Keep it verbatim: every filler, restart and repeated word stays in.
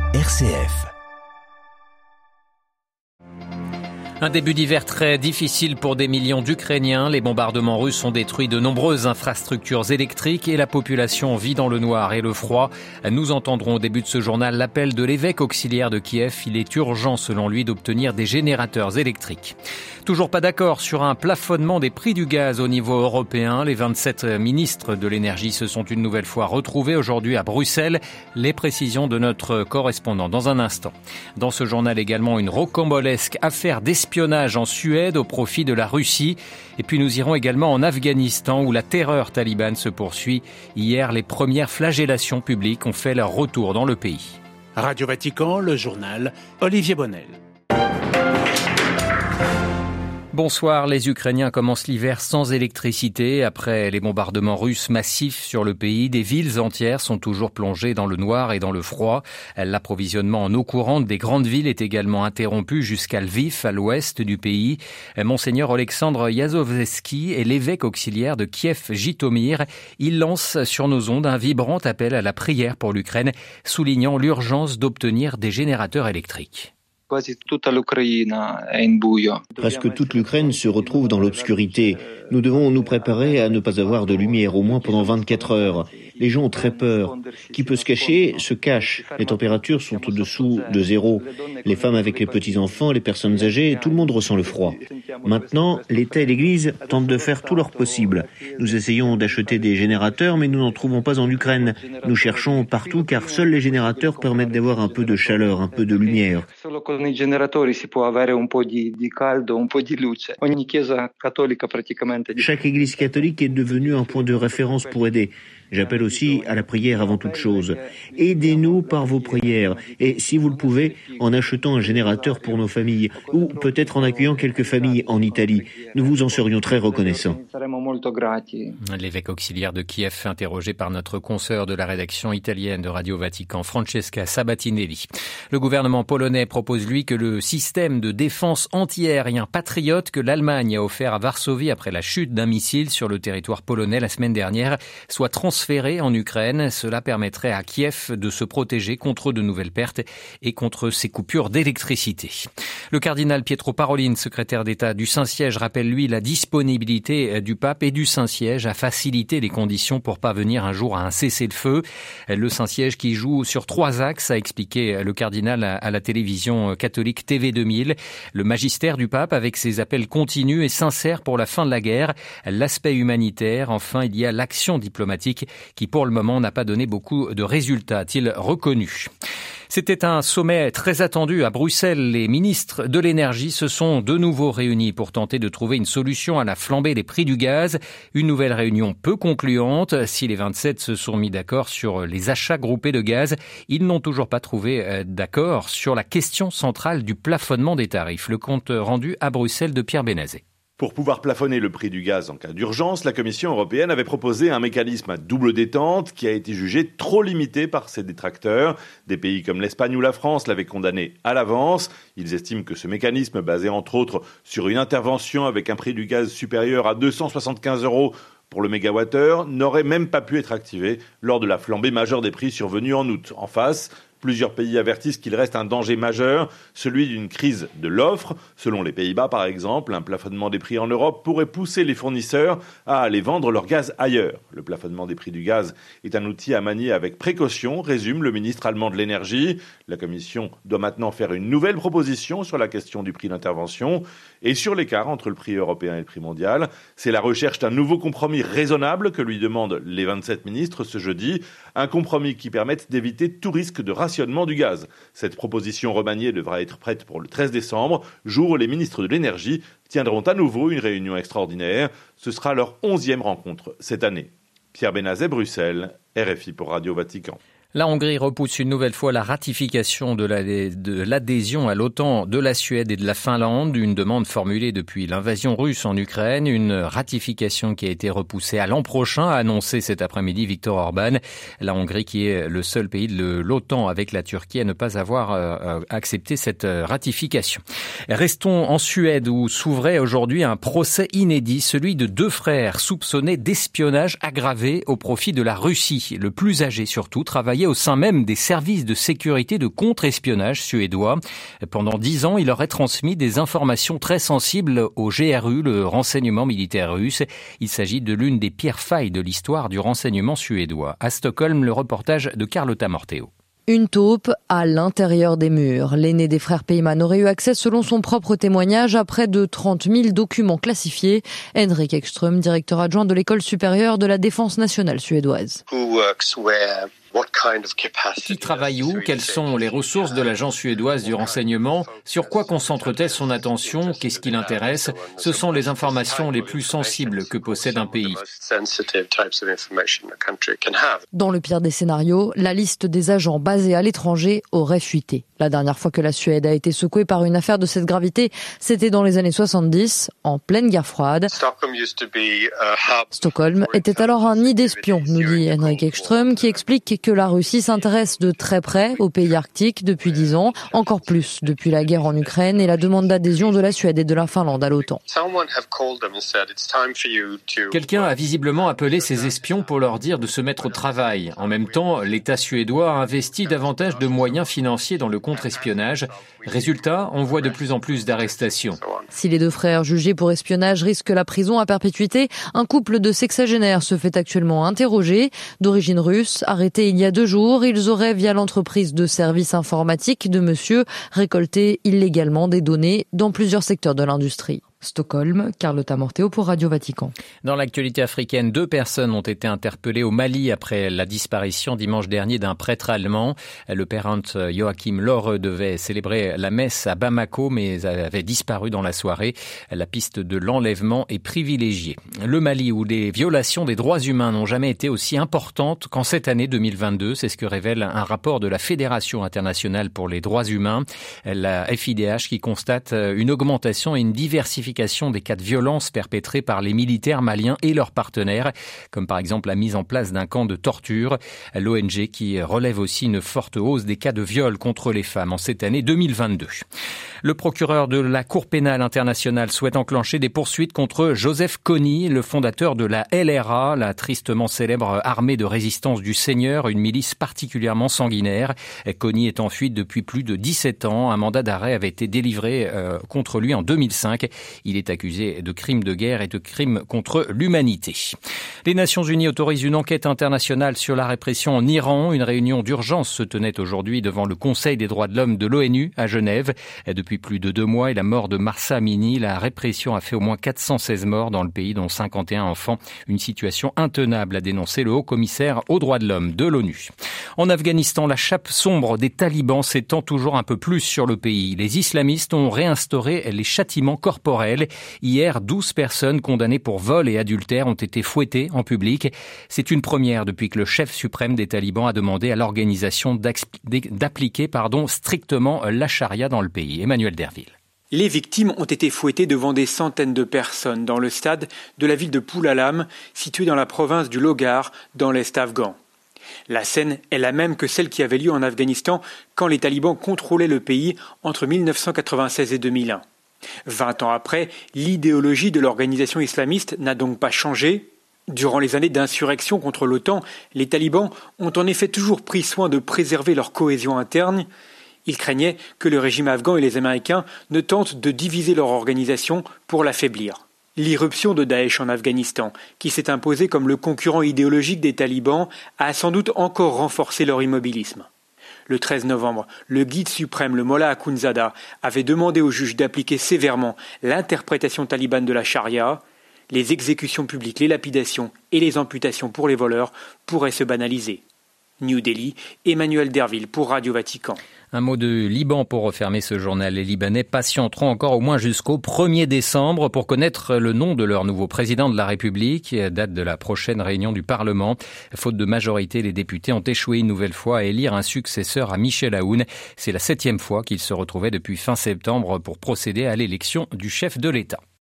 R C F. Un début d'hiver très difficile pour des millions d'Ukrainiens. Les bombardements russes ont détruit de nombreuses infrastructures électriques et la population vit dans le noir et le froid. Nous entendrons au début de ce journal l'appel de l'évêque auxiliaire de Kiev. Il est urgent, selon lui, d'obtenir des générateurs électriques. Toujours pas d'accord sur un plafonnement des prix du gaz au niveau européen. Les vingt-sept ministres de l'énergie se sont une nouvelle fois retrouvés aujourd'hui à Bruxelles. Les précisions de notre correspondant dans un instant. Dans ce journal également, une rocambolesque affaire d'espionnage Espionnage en Suède au profit de la Russie. Et puis nous irons également en Afghanistan où la terreur talibane se poursuit. Hier, les premières flagellations publiques ont fait leur retour dans le pays. Radio Vatican, le journal, Olivier Bonnel. Bonsoir, les Ukrainiens commencent l'hiver sans électricité. Après les bombardements russes massifs sur le pays, des villes entières sont toujours plongées dans le noir et dans le froid. L'approvisionnement en eau courante des grandes villes est également interrompu jusqu'à Lviv, à l'ouest du pays. Monseigneur Alexandre Yazovski est l'évêque auxiliaire de Kiev-Jitomir. Il lance sur nos ondes un vibrant appel à la prière pour l'Ukraine, soulignant l'urgence d'obtenir des générateurs électriques. Presque toute l'Ukraine se retrouve dans l'obscurité. Nous devons nous préparer à ne pas avoir de lumière, au moins pendant vingt-quatre heures. Les gens ont très peur. Qui peut se cacher, se cache. Les températures sont au-dessous de zéro. Les femmes avec les petits-enfants, les personnes âgées, tout le monde ressent le froid. Maintenant, l'État et l'Église tentent de faire tout leur possible. Nous essayons d'acheter des générateurs, mais nous n'en trouvons pas en Ukraine. Nous cherchons partout, car seuls les générateurs permettent d'avoir un peu de chaleur, un peu de lumière. Chaque église catholique est devenue un point de référence pour aider. J'appelle aussi à la prière avant toute chose. Aidez-nous par vos prières et, si vous le pouvez, en achetant un générateur pour nos familles ou peut-être en accueillant quelques familles en Italie. Nous vous en serions très reconnaissants. L'évêque auxiliaire de Kiev, interrogé par notre consoeur de la rédaction italienne de Radio Vatican, Francesca Sabatinelli. Le gouvernement polonais propose, lui, que le système de défense anti-aérien Patriot que l'Allemagne a offert à Varsovie après la chute d'un missile sur le territoire polonais la semaine dernière soit transféré en Ukraine. Cela permettrait à Kiev de se protéger contre de nouvelles pertes et contre ces coupures d'électricité. Le cardinal Pietro Parolin, secrétaire d'État du Saint-Siège, rappelle lui la disponibilité du pape et du Saint-Siège à faciliter les conditions pour parvenir un jour à un cessez-le-feu. Le Saint-Siège qui joue sur trois axes, a expliqué le cardinal à la télévision catholique T V deux mille. Le magistère du pape avec ses appels continus et sincères pour la fin de la guerre, l'aspect humanitaire, enfin il y a l'action diplomatique qui pour le moment n'a pas donné beaucoup de résultats, a-t-il reconnu. C'était un sommet très attendu à Bruxelles. Les ministres de l'énergie se sont de nouveau réunis pour tenter de trouver une solution à la flambée des prix du gaz. Une nouvelle réunion peu concluante. Si les vingt-sept se sont mis d'accord sur les achats groupés de gaz, ils n'ont toujours pas trouvé d'accord sur la question centrale du plafonnement des tarifs. Le compte rendu à Bruxelles de Pierre Benazet. Pour pouvoir plafonner le prix du gaz en cas d'urgence, la Commission européenne avait proposé un mécanisme à double détente qui a été jugé trop limité par ses détracteurs. Des pays comme l'Espagne ou la France l'avaient condamné à l'avance. Ils estiment que ce mécanisme, basé entre autres sur une intervention avec un prix du gaz supérieur à deux cent soixante-quinze euros pour le mégawattheure, n'aurait même pas pu être activé lors de la flambée majeure des prix survenue en août. En face, plusieurs pays avertissent qu'il reste un danger majeur, celui d'une crise de l'offre. Selon les Pays-Bas, par exemple, un plafonnement des prix en Europe pourrait pousser les fournisseurs à aller vendre leur gaz ailleurs. Le plafonnement des prix du gaz est un outil à manier avec précaution, résume le ministre allemand de l'énergie. La Commission doit maintenant faire une nouvelle proposition sur la question du prix d'intervention et sur l'écart entre le prix européen et le prix mondial. C'est la recherche d'un nouveau compromis raisonnable que lui demandent les vingt-sept ministres ce jeudi. Un compromis qui permette d'éviter tout risque de rationnement du gaz. Cette proposition remaniée devra être prête pour le treize décembre, jour où les ministres de l'énergie tiendront à nouveau une réunion extraordinaire. Ce sera leur onzième rencontre cette année. Pierre Benazet, Bruxelles, R F I pour Radio Vatican. La Hongrie repousse une nouvelle fois la ratification de, la, de l'adhésion à l'OTAN de la Suède et de la Finlande, une demande formulée depuis l'invasion russe en Ukraine, une ratification qui a été repoussée à l'an prochain, a annoncé cet après-midi Viktor Orban. La Hongrie qui est le seul pays de l'OTAN avec la Turquie à ne pas avoir euh, accepté cette ratification. Restons en Suède où s'ouvrait aujourd'hui un procès inédit, celui de deux frères soupçonnés d'espionnage aggravé au profit de la Russie. Le plus âgé surtout travaillait travaillait au sein même des services de sécurité de contre-espionnage suédois. Pendant dix ans, il aurait transmis des informations très sensibles au G R U, le renseignement militaire russe. Il s'agit de l'une des pires failles de l'histoire du renseignement suédois. À Stockholm, le reportage de Carlotta Morteo. Une taupe à l'intérieur des murs. L'aîné des frères Peyman aurait eu accès, selon son propre témoignage, à près de trente mille documents classifiés. Henrik Ekström, directeur adjoint de l'école supérieure de la défense nationale suédoise. Qui travaille où? Quelles sont les ressources de l'agence suédoise du renseignement? Sur quoi concentre-t-elle son attention? Qu'est-ce qui l'intéresse? Ce sont les informations les plus sensibles que possède un pays. Dans le pire des scénarios, la liste des agents basés à l'étranger aurait fuité. La dernière fois que la Suède a été secouée par une affaire de cette gravité, c'était dans les années soixante-dix, en pleine guerre froide. Stockholm était alors un nid d'espions, nous dit Henrik Ekström, qui explique que la Russie s'intéresse de très près aux pays arctiques depuis dix ans, encore plus depuis la guerre en Ukraine et la demande d'adhésion de la Suède et de la Finlande à l'OTAN. Quelqu'un a visiblement appelé ces espions pour leur dire de se mettre au travail. En même temps, l'État suédois a investi davantage de moyens financiers dans le contre-espionnage. Résultat, on voit de plus en plus d'arrestations. Si les deux frères jugés pour espionnage risquent la prison à perpétuité, un couple de sexagénaires se fait actuellement interroger. D'origine russe, arrêtés il y a deux jours, ils auraient, via l'entreprise de services informatiques de monsieur, récolté illégalement des données dans plusieurs secteurs de l'industrie. Stockholm, Carlotta Morteo pour Radio Vatican. Dans l'actualité africaine, deux personnes ont été interpellées au Mali après la disparition dimanche dernier d'un prêtre allemand. Le père Joachim Lore devait célébrer la messe à Bamako, mais avait disparu dans la soirée. La piste de l'enlèvement est privilégiée. Le Mali, où les violations des droits humains n'ont jamais été aussi importantes qu'en cette année deux mille vingt-deux, c'est ce que révèle un rapport de la Fédération internationale pour les droits humains, la F I D H, qui constate une augmentation et une diversification des cas de violence perpétrés par les militaires maliens et leurs partenaires, comme par exemple la mise en place d'un camp de torture. L'O N G qui relève aussi une forte hausse des cas de viol contre les femmes en cette année deux mille vingt-deux. Le procureur de la Cour pénale internationale souhaite enclencher des poursuites contre Joseph Kony, le fondateur de la L R A, la tristement célèbre armée de résistance du Seigneur, une milice particulièrement sanguinaire. Kony est en fuite depuis plus de dix-sept ans. Un mandat d'arrêt avait été délivré euh, contre lui en deux mille cinq. Il est accusé de crimes de guerre et de crimes contre l'humanité. Les Nations Unies autorisent une enquête internationale sur la répression en Iran. Une réunion d'urgence se tenait aujourd'hui devant le Conseil des droits de l'homme de l'O N U à Genève. Depuis plus de deux mois et la mort de Mahsa Amini, la répression a fait au moins quatre cent seize morts dans le pays, dont cinquante et un enfants. Une situation intenable, a dénoncé le haut-commissaire aux droits de l'homme de l'ONU. En Afghanistan, la chape sombre des talibans s'étend toujours un peu plus sur le pays. Les islamistes ont réinstauré les châtiments corporels. Hier, douze personnes condamnées pour vol et adultère ont été fouettées en public. C'est une première depuis que le chef suprême des talibans a demandé à l'organisation d'appliquer pardon, strictement la charia dans le pays. Emmanuel Derville. Les victimes ont été fouettées devant des centaines de personnes dans le stade de la ville de Poulalam, située dans la province du Logar, dans l'est afghan. La scène est la même que celle qui avait lieu en Afghanistan quand les talibans contrôlaient le pays entre mille neuf cent quatre-vingt-seize et deux mille un. Vingt ans après, l'idéologie de l'organisation islamiste n'a donc pas changé. Durant les années d'insurrection contre l'OTAN, les talibans ont en effet toujours pris soin de préserver leur cohésion interne. Ils craignaient que le régime afghan et les Américains ne tentent de diviser leur organisation pour l'affaiblir. L'irruption de Daesh en Afghanistan, qui s'est imposé comme le concurrent idéologique des talibans, a sans doute encore renforcé leur immobilisme. Le treize novembre, le guide suprême, le Mollah Akhundzada, avait demandé aux juges d'appliquer sévèrement l'interprétation talibane de la charia. Les exécutions publiques, les lapidations et les amputations pour les voleurs pourraient se banaliser. New Delhi, Emmanuel Derville pour Radio Vatican. Un mot de Liban pour refermer ce journal. Les Libanais patienteront encore au moins jusqu'au premier décembre pour connaître le nom de leur nouveau président de la République, date de la prochaine réunion du Parlement. Faute de majorité, les députés ont échoué une nouvelle fois à élire un successeur à Michel Aoun. C'est la septième fois qu'ils se retrouvaient depuis fin septembre pour procéder à l'élection du chef de l'État.